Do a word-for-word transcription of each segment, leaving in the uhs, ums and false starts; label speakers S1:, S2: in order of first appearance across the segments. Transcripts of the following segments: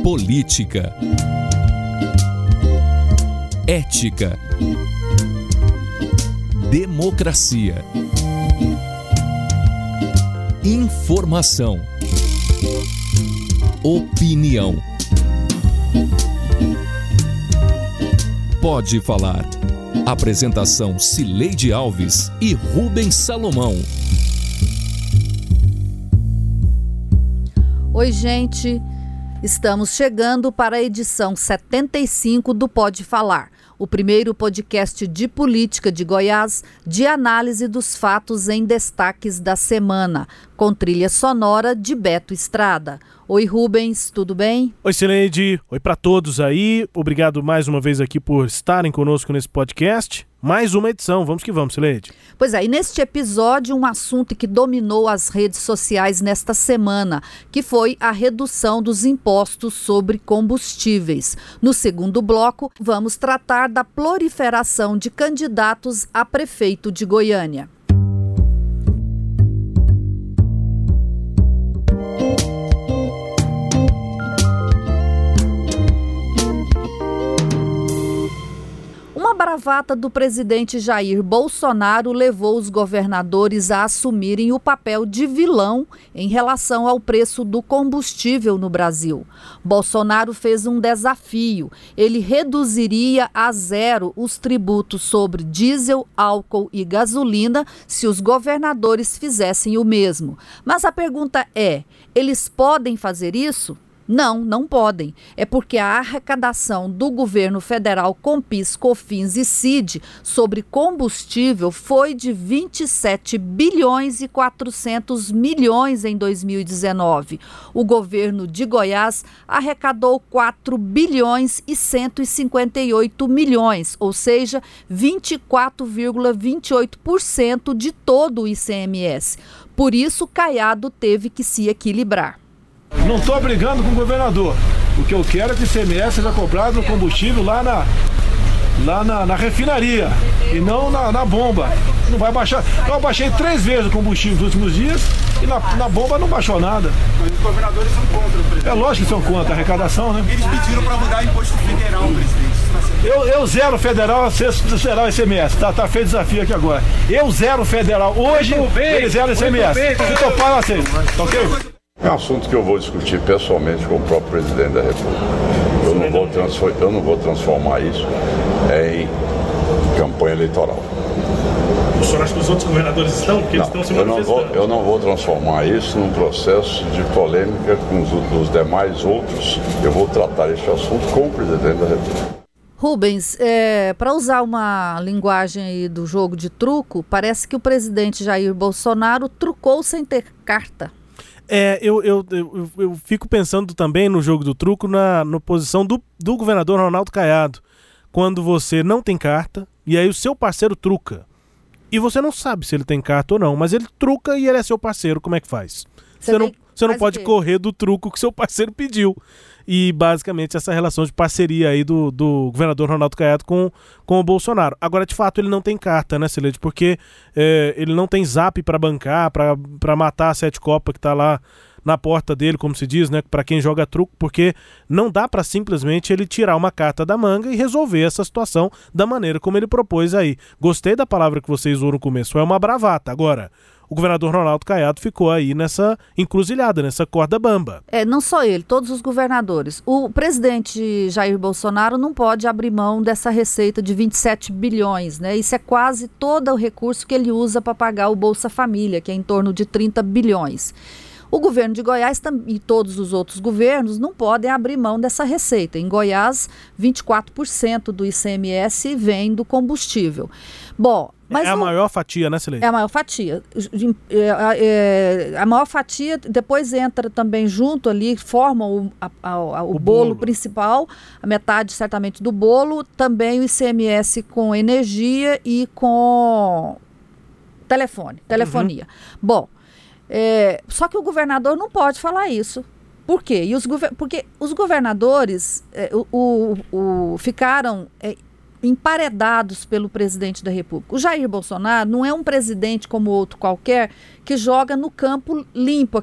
S1: Política, ética, democracia, informação, opinião. Pode Falar. Apresentação: Cileide Alves e Rubens Salomão.
S2: Oi, gente. Estamos chegando para a edição setenta e cinco do Pode Falar, o primeiro podcast de política de Goiás, de análise dos fatos em destaques da semana, com trilha sonora de Beto Estrada. Oi, Rubens, tudo bem?
S3: Oi, Cileide. Oi para todos aí. Obrigado mais uma vez aqui por estarem conosco nesse podcast. Mais uma edição. Vamos que vamos, Cileide.
S2: Pois é, e neste episódio, um assunto que dominou as redes sociais nesta semana, que foi a redução dos impostos sobre combustíveis. No segundo bloco, vamos tratar da proliferação de candidatos a prefeito de Goiânia. A bravata do presidente Jair Bolsonaro levou os governadores a assumirem o papel de vilão em relação ao preço do combustível no Brasil. Bolsonaro fez um desafio. Ele reduziria a zero os tributos sobre diesel, álcool e gasolina se os governadores fizessem o mesmo. Mas a pergunta é: eles podem fazer isso? Não, não podem. É porque a arrecadação do governo federal com PIS, COFINS e C I D sobre combustível foi de vinte e sete bilhões e quatrocentos milhões em dois mil e dezenove. O governo de Goiás arrecadou quatro bilhões e cento e cinquenta e oito milhões, ou seja, vinte e quatro vírgula vinte e oito por cento de todo o I C M S. Por isso, Caiado teve que se equilibrar.
S4: Não estou brigando com o governador. O que eu quero é que o I C M S seja cobrado no combustível lá na, lá na, na refinaria e não na, na bomba. Não vai baixar. Eu baixei três vezes o combustível nos últimos dias e na, na bomba não baixou nada.
S5: Mas os governadores são contra o presidente.
S4: É lógico que são contra a arrecadação, né?
S5: Eles pediram para mudar imposto federal, presidente.
S4: Eu, eu zero federal, você zerar o I C M S. Tá, tá feito desafio aqui agora. Eu zero federal. Hoje, ele zero o I C M S. Se topar, eu aceito. Tá ok?
S6: É um assunto que eu vou discutir pessoalmente com o próprio presidente da República. Eu não vou, transform, eu não vou transformar isso em campanha eleitoral.
S3: O senhor acha que os outros governadores estão? Porque eles
S6: não,
S3: estão se
S6: eu, não vou,
S3: manifestando.
S6: eu não vou transformar isso num processo de polêmica com os, os demais outros. Eu vou tratar este assunto com o presidente da República.
S2: Rubens, é, para usar uma linguagem aí do jogo de truco, parece que o presidente Jair Bolsonaro trucou sem ter carta.
S3: É, eu, eu, eu, eu fico pensando também no jogo do truco na, na posição do, do governador Ronaldo Caiado. Quando você não tem carta e aí o seu parceiro truca. E você não sabe se ele tem carta ou não, mas ele truca e ele é seu parceiro, como é que faz? Você, você não, você não pode correr do truco que seu parceiro pediu. E basicamente essa relação de parceria aí do, do governador Ronaldo Caiado com, com o Bolsonaro. Agora, de fato, ele não tem carta, né, Cileide? Porque é, ele não tem zap para bancar, para matar a sete copa que tá lá na porta dele, como se diz, né, para quem joga truco, porque não dá para simplesmente ele tirar uma carta da manga e resolver essa situação da maneira como ele propôs aí. Gostei da palavra que vocês usou no começo, é uma bravata. Agora, o governador Ronaldo Caiado ficou aí nessa encruzilhada, nessa corda bamba.
S2: É, não só ele, todos os governadores. O presidente Jair Bolsonaro não pode abrir mão dessa receita de vinte e sete bilhões, né? Isso é quase todo o recurso que ele usa para pagar o Bolsa Família, que é em torno de trinta bilhões. O governo de Goiás e todos os outros governos não podem abrir mão dessa receita. Em Goiás, vinte e quatro por cento do I C M S vem do combustível. Bom, mas
S3: é a
S2: não...
S3: maior fatia, né, Cileide?
S2: É a maior fatia. É, é, a maior fatia, depois entra também junto ali, formam o, a, a, o, o bolo, bolo principal, a metade certamente do bolo, também o I C M S com energia e com telefone, telefonia. Uhum. Bom, É, só que o governador não pode falar isso. Por quê? E os, porque os governadores é, o, o, o, ficaram é, emparedados pelo presidente da República. O Jair Bolsonaro não é um presidente como outro qualquer que joga no campo limpo aqui,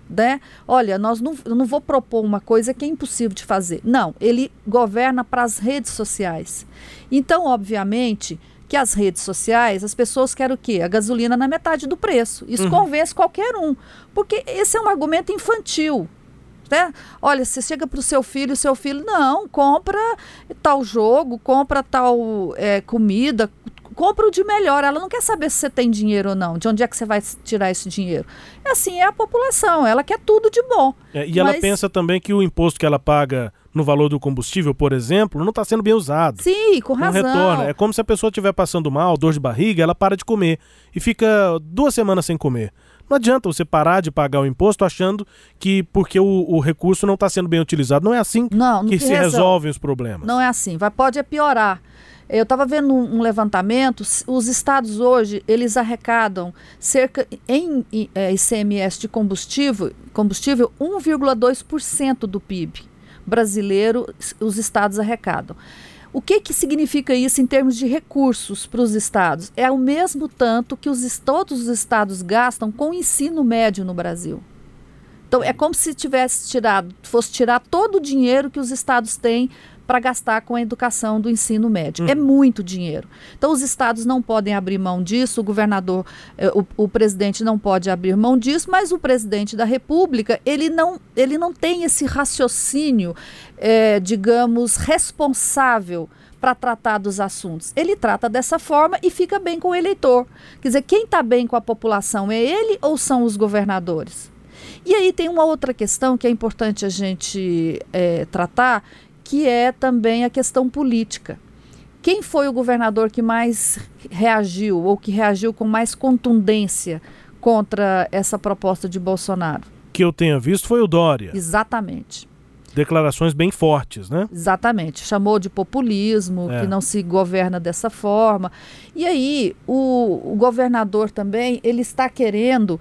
S2: Né? Olha, nós não, eu não vou propor uma coisa que é impossível de fazer. Não, ele governa para as redes sociais. Então, obviamente, que as redes sociais, as pessoas querem o quê? A gasolina na metade do preço. Isso uhum. convence qualquer um. Porque esse é um argumento infantil. Né? Olha, você chega para o seu filho, o seu filho, não, compra tal jogo, compra tal é, comida, compra o de melhor. Ela não quer saber se você tem dinheiro ou não, de onde é que você vai tirar esse dinheiro. É assim, é a população, ela quer tudo de bom.
S3: É, e mas... ela pensa também que o imposto que ela paga no valor do combustível, por exemplo, não está sendo bem usado.
S2: Sim, com razão.
S3: Não retorna. É como se a pessoa estiver passando mal, dor de barriga, ela para de comer e fica duas semanas sem comer. Não adianta você parar de pagar o imposto achando que porque o, o recurso não está sendo bem utilizado. Não é assim
S2: não, não
S3: que se resolve. resolvem os problemas.
S2: Não é assim. Vai, pode é piorar. Eu estava vendo um, um levantamento, os estados hoje, eles arrecadam cerca, em, em é, I C M S de combustível, combustível um vírgula dois por cento do P I B brasileiro, os estados arrecadam. O que, que significa isso em termos de recursos para os estados? É o mesmo tanto que os, todos os estados gastam com o ensino médio no Brasil. Então, é como se tivesse tirado, fosse tirar todo o dinheiro que os estados têm para gastar com a educação do ensino médio. Uhum. É muito dinheiro. Então, os estados não podem abrir mão disso, o governador, eh, o, o presidente não pode abrir mão disso, mas o presidente da República, ele não, ele não tem esse raciocínio, eh, digamos, responsável para tratar dos assuntos. Ele trata dessa forma e fica bem com o eleitor. Quer dizer, quem está bem com a população é ele ou são os governadores? E aí tem uma outra questão que é importante a gente eh, tratar, que é também a questão política. Quem foi o governador que mais reagiu ou que reagiu com mais contundência contra essa proposta de Bolsonaro?
S3: Que eu tenha visto foi o Dória.
S2: Exatamente.
S3: Declarações bem fortes, né?
S2: Exatamente. Chamou de populismo, é. que não se governa dessa forma. E aí, o, o governador também, ele está querendo...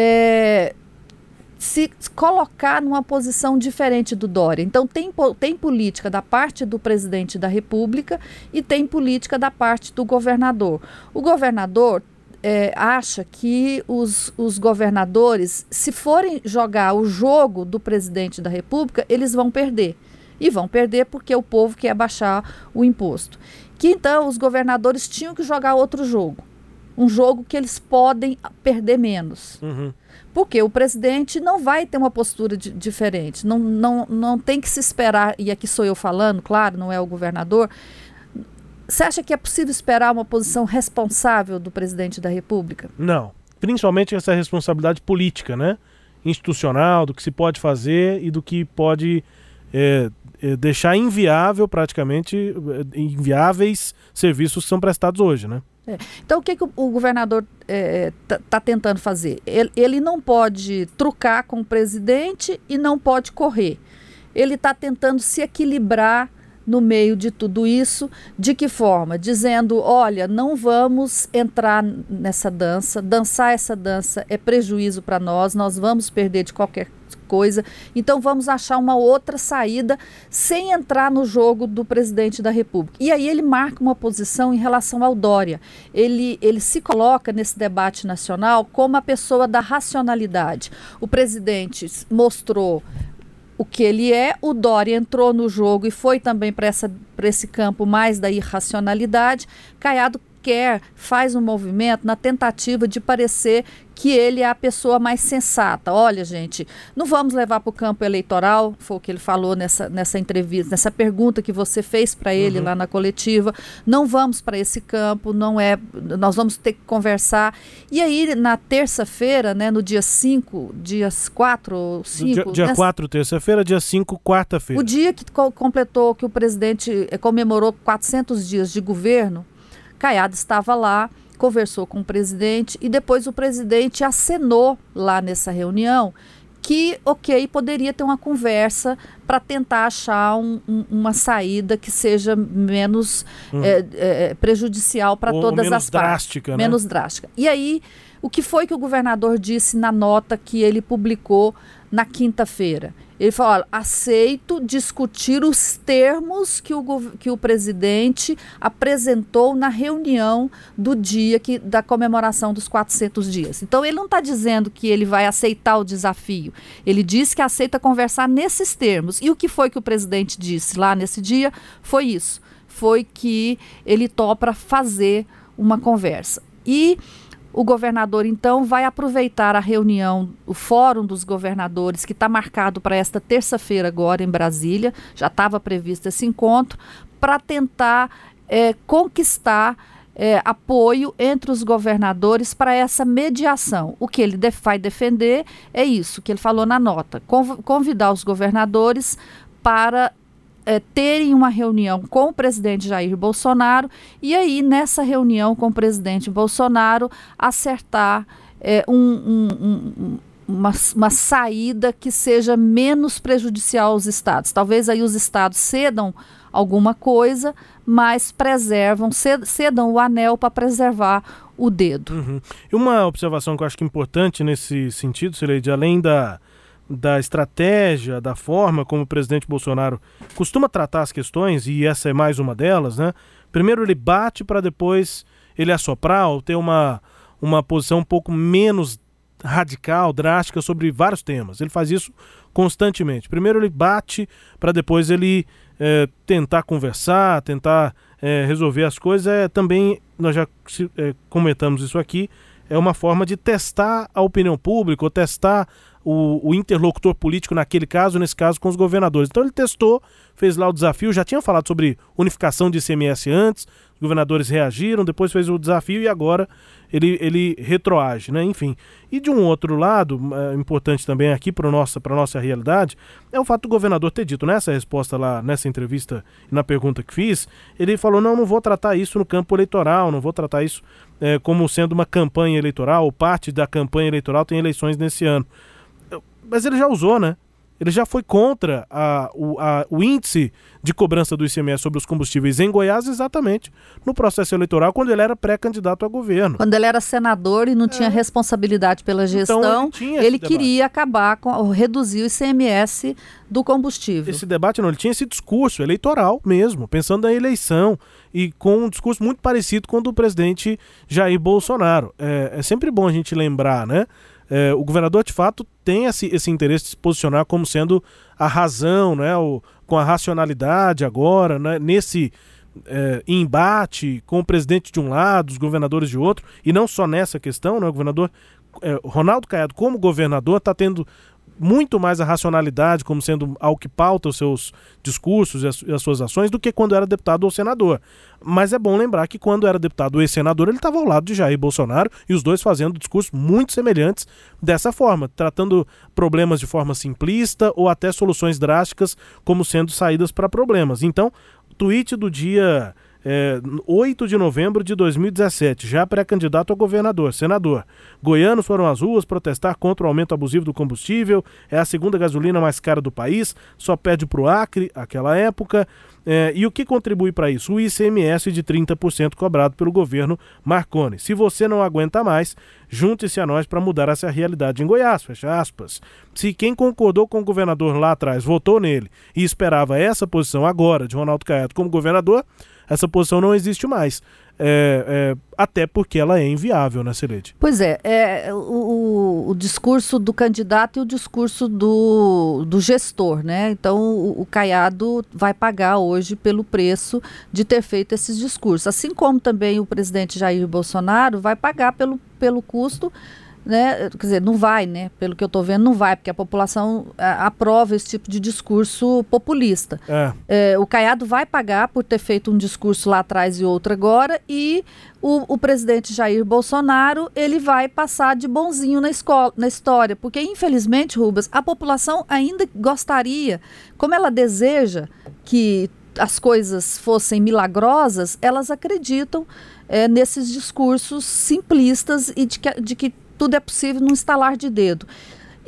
S2: É, se colocar numa posição diferente do Dória. Então, tem, tem política da parte do presidente da República e tem política da parte do governador. O governador é, acha que os, os governadores, se forem jogar o jogo do presidente da República, eles vão perder. E vão perder porque o povo quer baixar o imposto. Que então os governadores tinham que jogar outro jogo. Um jogo que eles podem perder menos. Uhum. Porque o presidente não vai ter uma postura de, diferente, não, não, não tem que se esperar, e aqui sou eu falando, claro, não é o governador. Você acha que é possível esperar uma posição responsável do presidente da República?
S3: Não, principalmente essa responsabilidade política, né? Institucional, do que se pode fazer e do que pode é, é, deixar inviável, praticamente, inviáveis serviços que são prestados hoje, né?
S2: É. Então, o que, que o, o governador está é, tá tentando fazer? Ele, ele não pode trucar com o presidente e não pode correr. Ele está tentando se equilibrar no meio de tudo isso. De que forma? Dizendo, olha, não vamos entrar nessa dança, dançar essa dança é prejuízo para nós, nós vamos perder de qualquer coisa, então vamos achar uma outra saída sem entrar no jogo do presidente da República. E aí ele marca uma posição em relação ao Dória. Ele, ele se coloca nesse debate nacional como a pessoa da racionalidade. O presidente mostrou o que ele é, o Dória entrou no jogo e foi também para esse campo mais da irracionalidade. Caiado quer, faz um movimento na tentativa de parecer que ele é a pessoa mais sensata. Olha, gente, não vamos levar para o campo eleitoral, foi o que ele falou nessa, nessa entrevista, nessa pergunta que você fez para ele uhum. lá na coletiva, não vamos para esse campo, não é, nós vamos ter que conversar. E aí, na terça-feira, né, no dia cinco, dias quatro ou cinco...
S3: Dia quatro, terça-feira, dia cinco, quarta-feira.
S2: O dia que co- completou, que o presidente eh, comemorou quatrocentos dias de governo, Caiado estava lá, conversou com o presidente e depois o presidente acenou lá nessa reunião que, ok, poderia ter uma conversa para tentar achar um, um, uma saída que seja menos hum. é, é, prejudicial para todas
S3: menos
S2: as partes.
S3: Drástica, né?
S2: Menos drástica. E aí, o que foi que o governador disse na nota que ele publicou na quinta-feira? Ele falou, olha, aceito discutir os termos que o, que o presidente apresentou na reunião do dia que, da comemoração dos quatrocentos dias. Então, ele não está dizendo que ele vai aceitar o desafio. Ele diz que aceita conversar nesses termos. E o que foi que o presidente disse lá nesse dia? Foi isso. Foi que ele topa fazer uma conversa. E o governador, então, vai aproveitar a reunião, o Fórum dos Governadores, que está marcado para esta terça-feira agora em Brasília, já estava previsto esse encontro, para tentar é, conquistar é, apoio entre os governadores para essa mediação. O que ele def- vai defender é isso, que ele falou na nota, conv- convidar os governadores para É, terem uma reunião com o presidente Jair Bolsonaro e aí, nessa reunião com o presidente Bolsonaro, acertar é, um, um, um, uma, uma saída que seja menos prejudicial aos estados. Talvez aí os estados cedam alguma coisa, mas preservam, cedam o anel para preservar o dedo.
S3: Uhum. E uma observação que eu acho que é importante nesse sentido, Cileide, além da da estratégia, da forma como o presidente Bolsonaro costuma tratar as questões, e essa é mais uma delas, né? Primeiro ele bate para depois ele assoprar ou ter uma, uma posição um pouco menos radical, drástica sobre vários temas. Ele faz isso constantemente. Primeiro ele bate para depois ele é, tentar conversar, tentar é, resolver as coisas. É, também, nós já é, comentamos isso aqui, é uma forma de testar a opinião pública ou testar O, o interlocutor político naquele caso, nesse caso com os governadores. Então ele testou, fez lá o desafio, já tinha falado sobre unificação de I C M S antes, os governadores reagiram, depois fez o desafio e agora ele, ele retroage, né? Enfim. E de um outro lado, é, importante também aqui para a nossa, para nossa realidade, é o fato do governador ter dito nessa resposta lá, nessa entrevista e na pergunta que fiz, ele falou, não, não vou tratar isso no campo eleitoral, não vou tratar isso é, como sendo uma campanha eleitoral, ou parte da campanha eleitoral tem eleições nesse ano. Mas ele já usou, né? Ele já foi contra a, o, a, o índice de cobrança do I C M S sobre os combustíveis em Goiás exatamente no processo eleitoral, quando ele era pré-candidato a governo.
S2: Quando ele era senador e não é. tinha responsabilidade pela gestão, então, ele, ele queria acabar com, reduzir o I C M S do combustível.
S3: Esse debate não, ele tinha esse discurso eleitoral mesmo, pensando na eleição, e com um discurso muito parecido com o do presidente Jair Bolsonaro. É, é sempre bom a gente lembrar, né? É, o governador, de fato, tem esse, esse interesse de se posicionar como sendo a razão, né, o, com a racionalidade agora, né, nesse é, embate com o presidente de um lado, os governadores de outro, e não só nessa questão, né, o governador é, Ronaldo Caiado, como governador, está tendo muito mais a racionalidade como sendo algo que pauta os seus discursos e as, e as suas ações do que quando era deputado ou senador. Mas é bom lembrar que quando era deputado e senador, ele estava ao lado de Jair Bolsonaro e os dois fazendo discursos muito semelhantes dessa forma, tratando problemas de forma simplista ou até soluções drásticas como sendo saídas para problemas. Então, tweet do dia É, oito de novembro de dois mil e dezessete, já pré-candidato a governador, senador. Goianos foram às ruas protestar contra o aumento abusivo do combustível, é a segunda gasolina mais cara do país, só perde para o Acre, aquela época. É, e o que contribui para isso? O I C M S de trinta por cento cobrado pelo governo Marconi. Se você não aguenta mais, junte-se a nós para mudar essa realidade em Goiás, fecha aspas. Se quem concordou com o governador lá atrás votou nele e esperava essa posição agora de Ronaldo Caiado como governador, essa posição não existe mais. É, é, até porque ela é inviável, né, Cileide?
S2: Pois é, é o, o, o discurso do candidato e o discurso do, do gestor, né? Então o, o Caiado vai pagar hoje pelo preço de ter feito esses discursos. Assim como também o presidente Jair Bolsonaro vai pagar pelo, pelo custo, né? Quer dizer, não vai, né? Pelo que eu estou vendo, não vai, porque a população a, aprova esse tipo de discurso populista. É. É, o Caiado vai pagar por ter feito um discurso lá atrás e outro agora, e o, o presidente Jair Bolsonaro, ele vai passar de bonzinho na, escola, na história, porque infelizmente, Rubens, a população ainda gostaria, como ela deseja que as coisas fossem milagrosas, elas acreditam é, nesses discursos simplistas e de que, de que tudo é possível num estalar de dedo.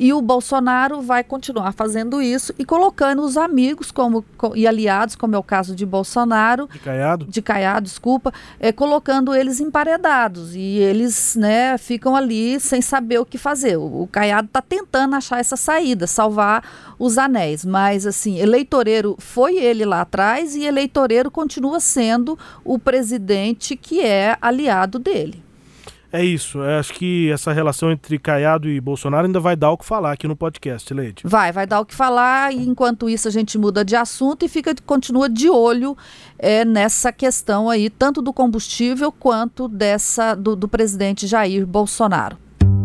S2: E o Bolsonaro vai continuar fazendo isso e colocando os amigos como, e aliados, como é o caso de Bolsonaro,
S3: de Caiado,
S2: de Caiado, desculpa, é, colocando eles emparedados, e eles, né, ficam ali sem saber o que fazer. O, o Caiado está tentando achar essa saída, salvar os anéis, mas assim, eleitoreiro foi ele lá atrás e eleitoreiro continua sendo o presidente que é aliado dele.
S3: É isso, eu acho que essa relação entre Caiado e Bolsonaro ainda vai dar o que falar aqui no podcast, Leide.
S2: Vai, vai dar o que falar, e enquanto isso a gente muda de assunto e fica, continua de olho é, nessa questão aí, tanto do combustível quanto dessa do, do presidente Jair Bolsonaro.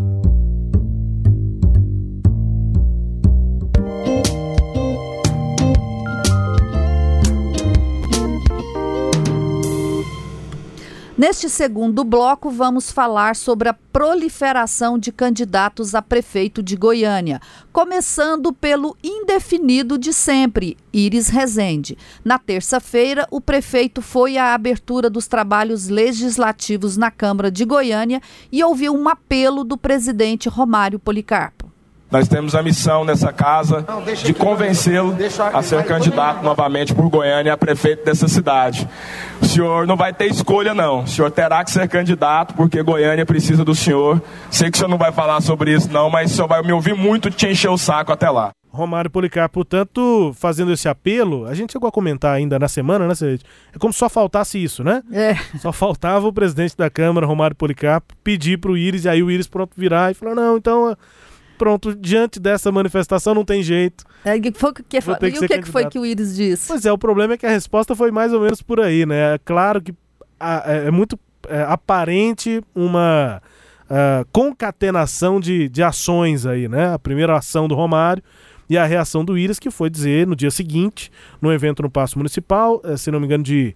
S2: Neste segundo bloco, vamos falar sobre a proliferação de candidatos a prefeito de Goiânia, começando pelo indefinido de sempre, Iris Rezende. Na terça-feira, o prefeito foi à abertura dos trabalhos legislativos na Câmara de Goiânia e ouviu um apelo do presidente Romário Policarpo.
S7: Nós temos a missão nessa casa de convencê-lo a ser candidato novamente por Goiânia a prefeito dessa cidade. O senhor não vai ter escolha, não. O senhor terá que ser candidato porque Goiânia precisa do senhor. Sei que o senhor não vai falar sobre isso, não, mas o senhor vai me ouvir muito e te encher o saco até lá.
S3: Romário Policarpo, portanto, fazendo esse apelo, a gente chegou a comentar ainda na semana, né, Celeste? É como se só faltasse isso, né?
S2: É.
S3: Só faltava o presidente da Câmara, Romário Policarpo, pedir pro Iris, e aí o Iris pronto virar e falar, não, então... Pronto, diante dessa manifestação não tem jeito.
S2: É, que foi, que, que, e o que, que foi que o Iris disse?
S3: Pois é, o problema é que a resposta foi mais ou menos por aí, né? É claro que a, é, é muito é, aparente uma a, concatenação de, de ações aí, né? A primeira ação do Romário e a reação do Iris, que foi dizer no dia seguinte, no evento no Paço Municipal, é, se não me engano, de...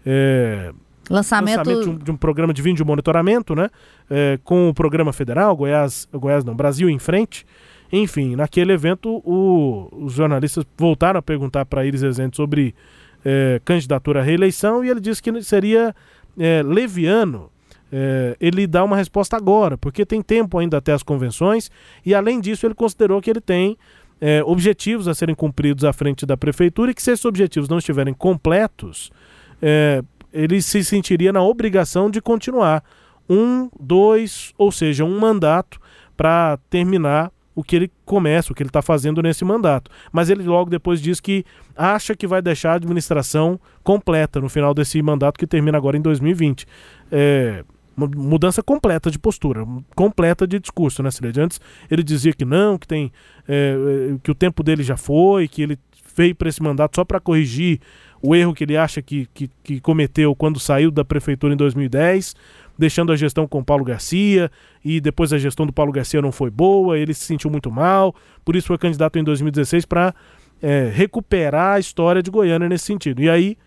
S3: É,
S2: Lançamento,
S3: lançamento de, um, de um programa de vídeo monitoramento, né? É, com o programa federal, Goiás, Goiás não, Brasil em Frente. Enfim, naquele evento, o, os jornalistas voltaram a perguntar para Iris Rezende sobre é, candidatura à reeleição e ele disse que seria é, leviano é, ele dar uma resposta agora, porque tem tempo ainda até as convenções e, além disso, ele considerou que ele tem é, objetivos a serem cumpridos à frente da prefeitura e que, se esses objetivos não estiverem completos, é, ele se sentiria na obrigação de continuar um, dois, ou seja, um mandato para terminar o que ele começa, o que ele está fazendo nesse mandato. Mas ele logo depois diz que acha que vai deixar a administração completa no final desse mandato que termina agora em dois mil e vinte. É, uma mudança completa de postura, completa de discurso, né, Cileide? Antes ele dizia que não, que, tem, é, que o tempo dele já foi, que ele veio para esse mandato só para corrigir o erro que ele acha que, que, que cometeu quando saiu da prefeitura em dois mil e dez, deixando a gestão com o Paulo Garcia, e depois a gestão do Paulo Garcia não foi boa, ele se sentiu muito mal, por isso foi candidato em dois mil e dezesseis para é, recuperar a história de Goiânia nesse sentido. E aí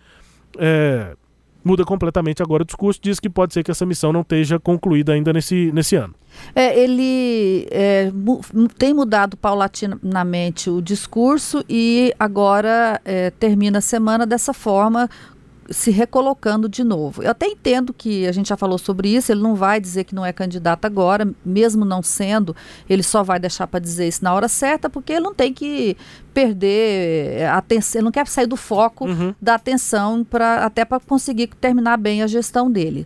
S3: é, muda completamente agora o discurso, diz que pode ser que essa missão não esteja concluída ainda nesse, nesse ano.
S2: É, ele é, mu- tem mudado paulatinamente o discurso e agora é, termina a semana dessa forma, se recolocando de novo. Eu até entendo que a gente já falou sobre isso, ele não vai dizer que não é candidato agora, mesmo não sendo, ele só vai deixar para dizer isso na hora certa, porque ele não tem que perder a atenção, ele não quer sair do foco uhum. da atenção, pra, até para conseguir terminar bem a gestão dele.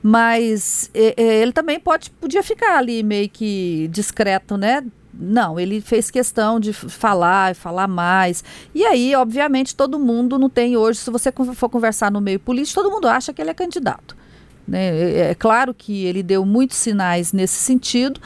S2: Mas é, é, ele também pode, podia ficar ali meio que discreto, né? Não, ele fez questão de falar e falar mais. E aí, obviamente, todo mundo não tem hoje, se você for conversar no meio político, todo mundo acha que ele é candidato. Né? É claro que ele deu muitos sinais nesse sentido,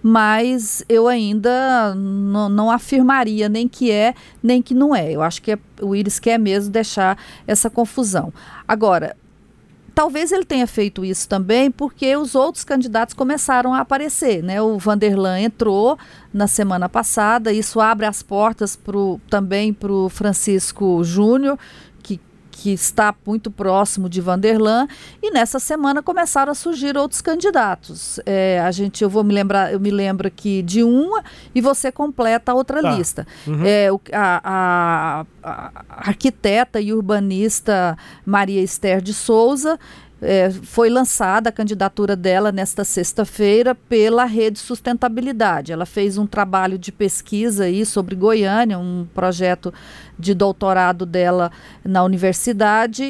S2: mas eu ainda não, não afirmaria nem que é, nem que não é. Eu acho que é, o Iris quer mesmo deixar essa confusão. Agora, talvez ele tenha feito isso também porque os outros candidatos começaram a aparecer, né? O Vanderlan entrou na semana passada, isso abre as portas pro, também para o Francisco Júnior, que, que está muito próximo de Vanderlan, e nessa semana começaram a surgir outros candidatos. É, a gente, eu vou me lembrar, eu me lembro aqui de uma e você completa a outra tá. lista. Uhum. É, o, a, a, a arquiteta e urbanista Maria Esther de Souza É, foi lançada a candidatura dela nesta sexta-feira pela Rede Sustentabilidade. Ela fez um trabalho de pesquisa aí sobre Goiânia, um projeto de doutorado dela na universidade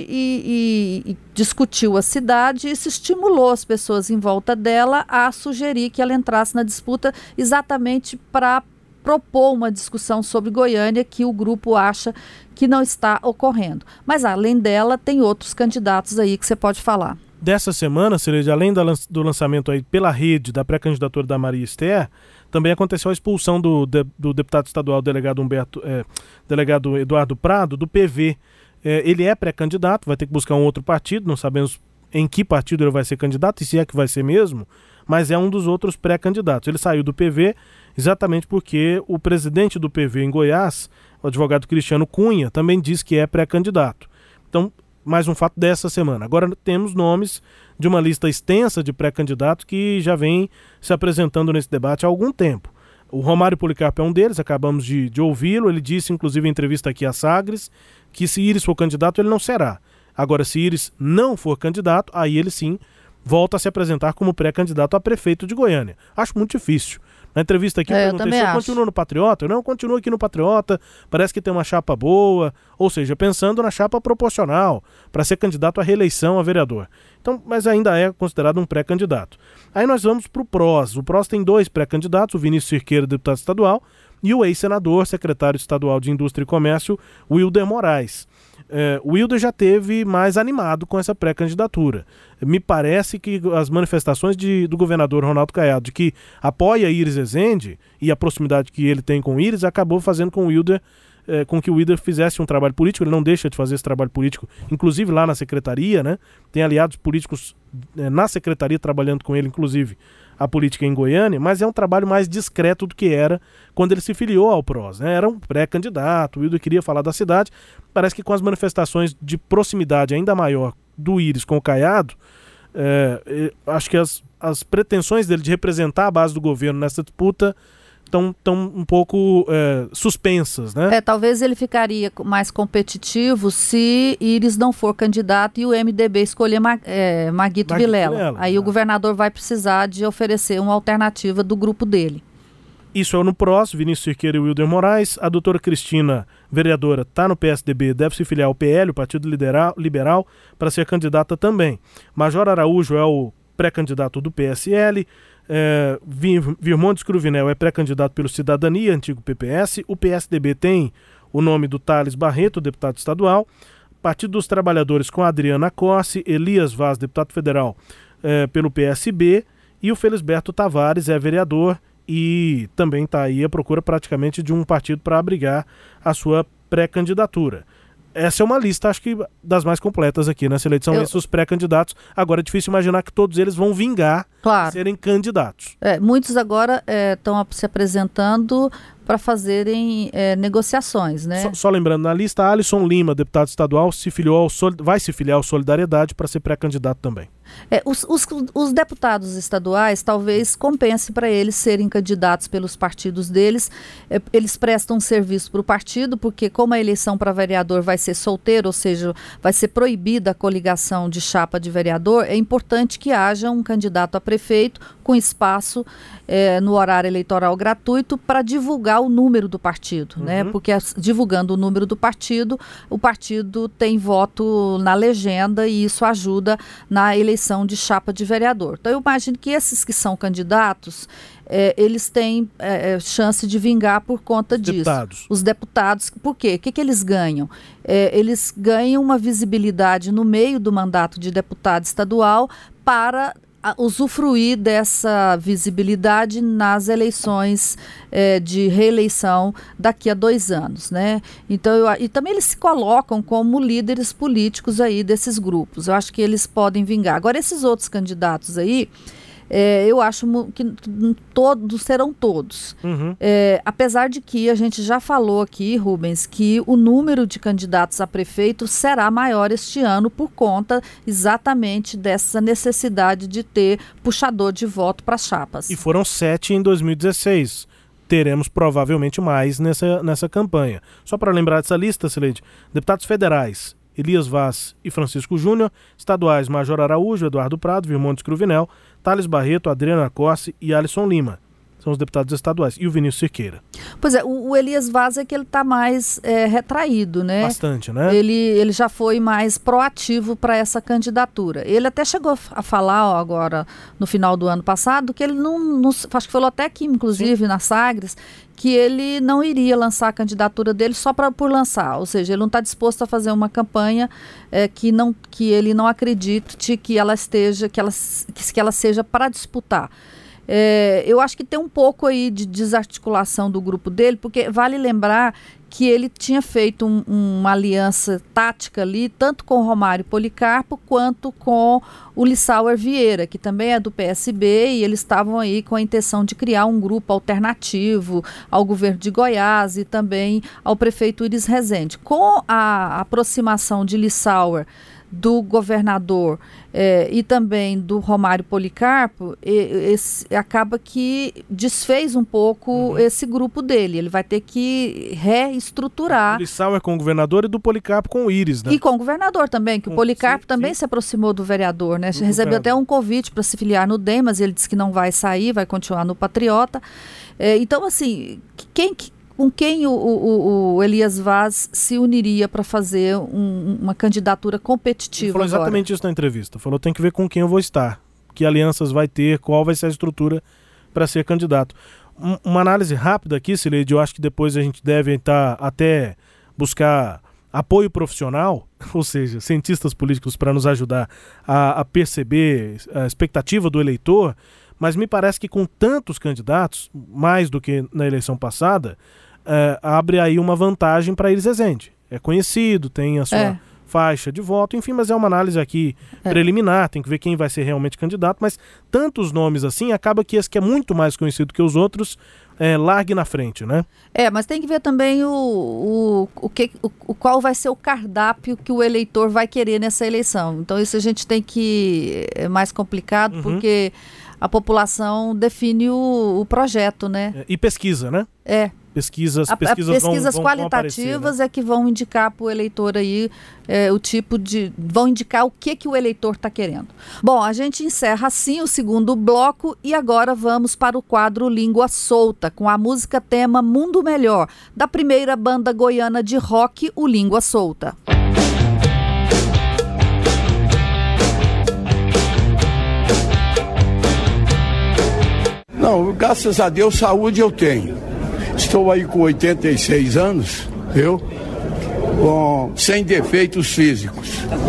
S2: e, e, e discutiu a cidade e se estimulou as pessoas em volta dela a sugerir que ela entrasse na disputa exatamente para propor uma discussão sobre Goiânia que o grupo acha que não está ocorrendo. Mas além dela, tem outros candidatos aí que você pode falar.
S3: Dessa semana, Cileide, além do lançamento aí pela rede da pré-candidatura da Maria Esther, também aconteceu a expulsão do, de, do deputado estadual delegado, Humberto, é, delegado Eduardo Prado, do P V. É, ele é pré-candidato, vai ter que buscar um outro partido, não sabemos em que partido ele vai ser candidato e se é que vai ser mesmo, mas é um dos outros pré-candidatos. Ele saiu do P V exatamente porque o presidente do P V em Goiás, o advogado Cristiano Cunha, também diz que é pré-candidato. Então, mais um fato dessa semana. Agora temos nomes de uma lista extensa de pré-candidatos que já vem se apresentando nesse debate há algum tempo. O Romário Policarpo é um deles, acabamos de, de ouvi-lo. Ele disse, inclusive, em entrevista aqui à Sagres, que se Íris for candidato, ele não será. Agora, se Íris não for candidato, aí ele sim volta a se apresentar como pré-candidato a prefeito de Goiânia. Acho muito difícil. Na entrevista aqui,
S2: é,
S3: eu perguntei se eu continuo no Patriota. Eu não continuo aqui no Patriota, parece que tem uma chapa boa, ou seja, pensando na chapa proporcional, para ser candidato à reeleição a vereador. Então, mas ainda é considerado um pré-candidato. Aí nós vamos para o P R O S. O P R O S tem dois pré-candidatos, o Vinícius Cirqueira, deputado estadual, e o ex-senador, secretário estadual de Indústria e Comércio, Wilder Moraes. É, o Wilder já teve mais animado com essa pré-candidatura. Me parece que as manifestações de, do governador Ronaldo Caiado de que apoia Íris Ezende e a proximidade que ele tem com Íris acabou fazendo com, o Wilder, é, com que o Wilder fizesse um trabalho político. Ele não deixa de fazer esse trabalho político, inclusive lá na secretaria, né? Tem aliados políticos é, na secretaria trabalhando com ele, inclusive a política em Goiânia, mas é um trabalho mais discreto do que era quando ele se filiou ao P R O S, né? Era um pré-candidato, o Wilder queria falar da cidade. Parece que com as manifestações de proximidade ainda maior do Íris com o Caiado, é, acho que as, as pretensões dele de representar a base do governo nessa disputa estão tão um pouco é, suspensas, né?
S2: É, talvez ele ficaria mais competitivo se Íris não for candidato e o M D B escolher Ma, é, Maguito, Maguito Vilela. Vilela. Aí ah. o governador vai precisar de oferecer uma alternativa do grupo dele.
S3: Isso é no P R O S, Vinícius Cirqueira e Wilder Moraes. A doutora Cristina, vereadora, está no P S D B, deve se filiar ao P L, o Partido Liberal, Liberal, para ser candidata também. Major Araújo é o pré-candidato do P S L. É, Virmontes Cruvinel é pré-candidato pelo Cidadania, antigo P P S. O P S D B tem o nome do Thales Barreto, deputado estadual. Partido dos Trabalhadores com a Adriana Corse, Elias Vaz, deputado federal é, pelo P S B. E o Felisberto Tavares é vereador e também está aí à procura praticamente de um partido para abrigar a sua pré-candidatura. Essa é uma lista, acho que, das mais completas aqui nessa eleição, Eu... esses pré-candidatos. Agora é difícil imaginar que todos eles vão vingar
S2: claro.
S3: serem candidatos.
S2: É, muitos agora estão é, se apresentando para fazerem é, negociações, né?
S3: Só, só lembrando, na lista, Alisson Lima, deputado estadual, se filiou ao Sol... vai se filiar ao Solidariedade para ser pré-candidato também.
S2: É, os, os, os deputados estaduais, talvez compense para eles serem candidatos pelos partidos deles. É, eles prestam um serviço para o partido, porque como a eleição para vereador vai ser solteira, ou seja, vai ser proibida a coligação de chapa de vereador, é importante que haja um candidato a prefeito com espaço é, no horário eleitoral gratuito para divulgar o número do partido, uhum. né? Porque as, divulgando o número do partido, o partido tem voto na legenda e isso ajuda na eleição de chapa de vereador. Então eu imagino que esses que são candidatos, é, eles têm é, chance de vingar por conta
S3: Os
S2: disso.
S3: Deputados.
S2: Os deputados. Por quê? O que, que eles ganham? É, eles ganham uma visibilidade no meio do mandato de deputado estadual para a, usufruir dessa visibilidade nas eleições é, de reeleição daqui a dois anos, né? Então, eu, e também eles se colocam como líderes políticos aí desses grupos. Eu acho que eles podem vingar. Agora, esses outros candidatos aí, É, eu acho que todos serão todos. Uhum. É, apesar de que a gente já falou aqui, Rubens, que o número de candidatos a prefeito será maior este ano por conta exatamente dessa necessidade de ter puxador de voto para as chapas.
S3: E foram sete em dois mil e dezesseis. Teremos provavelmente mais nessa, nessa campanha. Só para lembrar dessa lista, Cileide, deputados federais: Elias Vaz e Francisco Júnior. Estaduais, Major Araújo, Eduardo Prado, Virmontes Cruvinel, Thales Barreto, Adriana Corse e Alisson Lima. São os deputados estaduais. E o Vinícius Cerqueira.
S2: Pois é, o, o Elias Vaz é que ele está mais é, retraído, né?
S3: Bastante, né?
S2: Ele, ele já foi mais proativo para essa candidatura. Ele até chegou a falar ó, agora, no final do ano passado, que ele não, não... Acho que falou até aqui, inclusive, Sim. na Sagres, que ele não iria lançar a candidatura dele só pra, por lançar. Ou seja, ele não está disposto a fazer uma campanha é, que, não, que ele não acredite que ela esteja, que ela, que, que ela seja para disputar. É, eu acho que tem um pouco aí de desarticulação do grupo dele, porque vale lembrar que ele tinha feito um, uma aliança tática ali, tanto com o Romário Policarpo, quanto com o Lissauer Vieira, que também é do P S B, e eles estavam aí com a intenção de criar um grupo alternativo ao governo de Goiás e também ao prefeito Iris Rezende. Com a aproximação de Lissauer do governador eh, e também do Romário Policarpo, e, esse, acaba que desfez um pouco uhum. esse grupo dele. Ele vai ter que reestruturar. O
S3: Lissauer é com o governador e do Policarpo com o Iris, né?
S2: E com o governador também, que com, o Policarpo sim, também sim. se aproximou do vereador, né? Do Recebeu governador. Até um convite para se filiar no D E M, mas ele disse que não vai sair, vai continuar no Patriota. Eh, então, assim, quem que com quem o, o, o Elias Vaz se uniria para fazer um, uma candidatura competitiva? Ele
S3: falou
S2: agora.
S3: Exatamente isso na entrevista. Falou, tem que ver com quem eu vou estar, que alianças vai ter, qual vai ser a estrutura para ser candidato. Um, uma análise rápida aqui, Cileide, eu acho que depois a gente deve estar até buscar apoio profissional, ou seja, cientistas políticos para nos ajudar a, a perceber a expectativa do eleitor, mas me parece que com tantos candidatos, mais do que na eleição passada, é, abre aí uma vantagem para Iris Rezende. É conhecido, tem a sua é. faixa de voto, enfim, mas é uma análise aqui é. preliminar, tem que ver quem vai ser realmente candidato, mas tantos nomes assim, acaba que esse que é muito mais conhecido que os outros, é, largue na frente, né?
S2: É, mas tem que ver também o, o, o, que, o, o qual vai ser o cardápio que o eleitor vai querer nessa eleição. Então isso a gente tem que... é mais complicado, uhum. porque a população define o, o projeto, né?
S3: É, e pesquisa, né?
S2: É.
S3: Pesquisas,
S2: a,
S3: pesquisas,
S2: a pesquisas
S3: vão, vão,
S2: qualitativas
S3: vão aparecer, né?
S2: É que vão indicar para o eleitor aí é, o tipo de... vão indicar o que, que o eleitor está querendo. Bom, a gente encerra assim o segundo bloco e agora vamos para o quadro Língua Solta, com a música tema Mundo Melhor, da primeira banda goiana de rock, o Língua Solta.
S8: Não, graças a Deus, saúde eu tenho. Estou aí com oitenta e seis anos, viu? Com, sem defeitos físicos.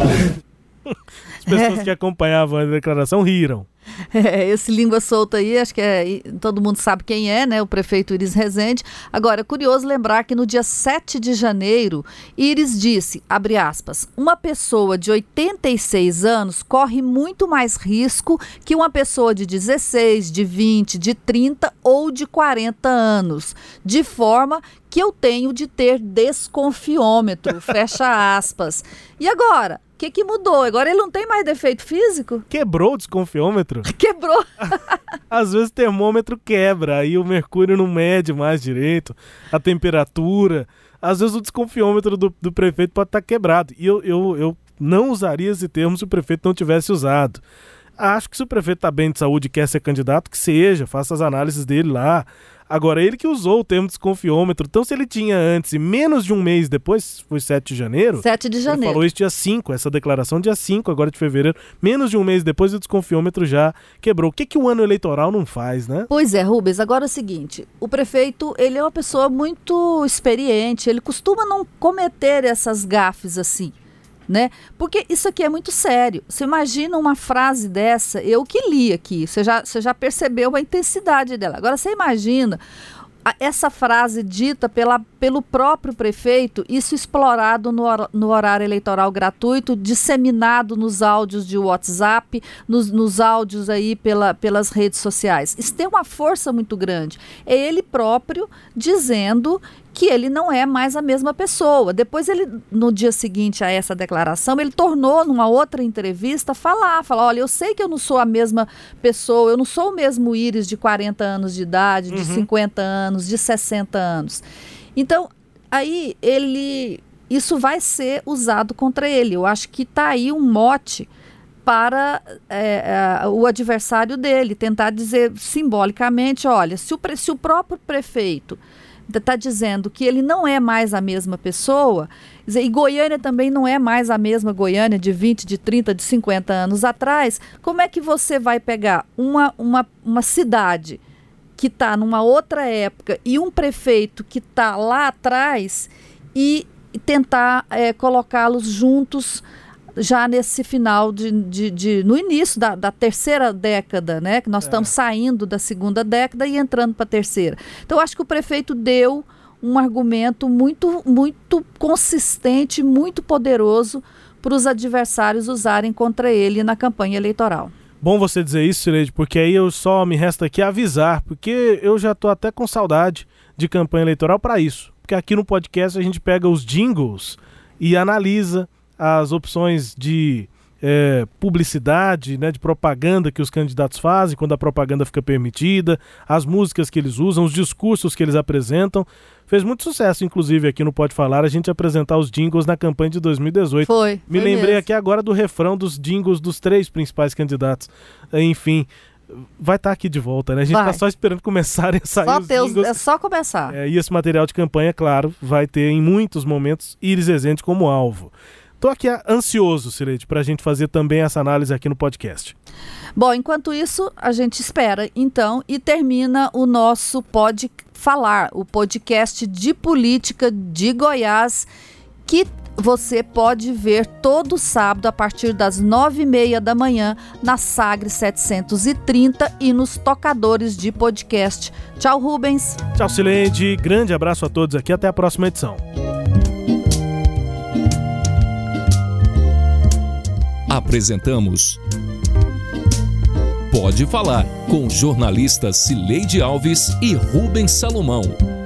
S3: As pessoas é. que acompanhavam a declaração riram.
S2: É, esse Língua Solta aí, acho que é, todo mundo sabe quem é, né? O prefeito Iris Rezende. Agora, é curioso lembrar que no dia sete de janeiro, Iris disse, abre aspas, uma pessoa de oitenta e seis anos corre muito mais risco que uma pessoa de dezesseis, de vinte, de trinta ou de quarenta anos, de forma que eu tenho de ter desconfiômetro, fecha aspas. E agora? O que, que mudou? Agora ele não tem mais defeito físico?
S3: Quebrou o desconfiômetro?
S2: Quebrou.
S3: Às vezes o termômetro quebra, aí o mercúrio não mede mais direito, a temperatura. Às vezes o desconfiômetro do, do prefeito pode estar quebrado. E eu, eu, eu não usaria esse termo se o prefeito não tivesse usado. Acho que se o prefeito está bem de saúde e quer ser candidato, que seja, faça as análises dele lá. Agora, ele que usou o termo desconfiômetro, então se ele tinha antes e menos de um mês depois, foi sete de janeiro...
S2: sete de janeiro.
S3: Ele falou isso dia cinco, essa declaração dia cinco, agora de fevereiro, menos de um mês depois o desconfiômetro já quebrou. O que, que o ano eleitoral não faz, né?
S2: Pois é, Rubens, agora é o seguinte, o prefeito, ele é uma pessoa muito experiente, ele costuma não cometer essas gafes assim. Né? Porque isso aqui é muito sério. Você imagina uma frase dessa, eu que li aqui, você já, você já percebeu a intensidade dela. Agora você imagina a, essa frase dita pela, pelo próprio prefeito, isso explorado no, no horário eleitoral gratuito, disseminado nos áudios de WhatsApp, nos, nos áudios aí pela, pelas redes sociais. Isso tem uma força muito grande. É ele próprio dizendo que ele não é mais a mesma pessoa. Depois ele, no dia seguinte a essa declaração, ele tornou numa outra entrevista falar, falar, olha, eu sei que eu não sou a mesma pessoa, eu não sou o mesmo Iris de quarenta anos de idade, de uhum. cinquenta anos, de sessenta anos. Então, aí ele isso vai ser usado contra ele. Eu acho que está aí um mote para é, é, o adversário dele, tentar dizer simbolicamente, olha, se o, pre, se o próprio prefeito está dizendo que ele não é mais a mesma pessoa, e Goiânia também não é mais a mesma Goiânia de vinte, de trinta, de cinquenta anos atrás, como é que você vai pegar uma, uma, uma cidade que está numa outra época e um prefeito que está lá atrás e, e tentar é, colocá-los juntos já nesse final, de, de, de, no início da, da terceira década, né? Que nós é. estamos saindo da segunda década e entrando para a terceira. Então, eu acho que o prefeito deu um argumento muito, muito consistente, muito poderoso para os adversários usarem contra ele na campanha eleitoral.
S3: Bom você dizer isso, Cileide, porque aí eu só me resta aqui avisar, porque eu já estou até com saudade de campanha eleitoral para isso. Porque aqui no podcast a gente pega os jingles e analisa as opções de é, publicidade, né, de propaganda que os candidatos fazem, quando a propaganda fica permitida, as músicas que eles usam, os discursos que eles apresentam. Fez muito sucesso, inclusive, aqui no Pode Falar, a gente apresentar os jingles na campanha de dois mil e dezoito.
S2: Foi.
S3: Me
S2: foi
S3: lembrei
S2: mesmo.
S3: aqui agora do refrão dos jingles dos três principais candidatos. Enfim, vai estar aqui de volta, né? A gente está só esperando começarem a sair
S2: só
S3: os
S2: Deus,
S3: jingles.
S2: É só começar.
S3: É, e esse material de campanha, claro, vai ter em muitos momentos Iris Rezende como alvo. Estou aqui ansioso, Cileide, para a gente fazer também essa análise aqui no podcast.
S2: Bom, enquanto isso, a gente espera, então, e termina o nosso Pode Falar, o podcast de política de Goiás, que você pode ver todo sábado a partir das nove e meia da manhã na Sagres setecentos e trinta e nos tocadores de podcast. Tchau, Rubens.
S3: Tchau, Cileide. Grande abraço a todos aqui. Até a próxima edição.
S1: Apresentamos Pode Falar, com jornalistas Cileide Alves e Rubens Salomão.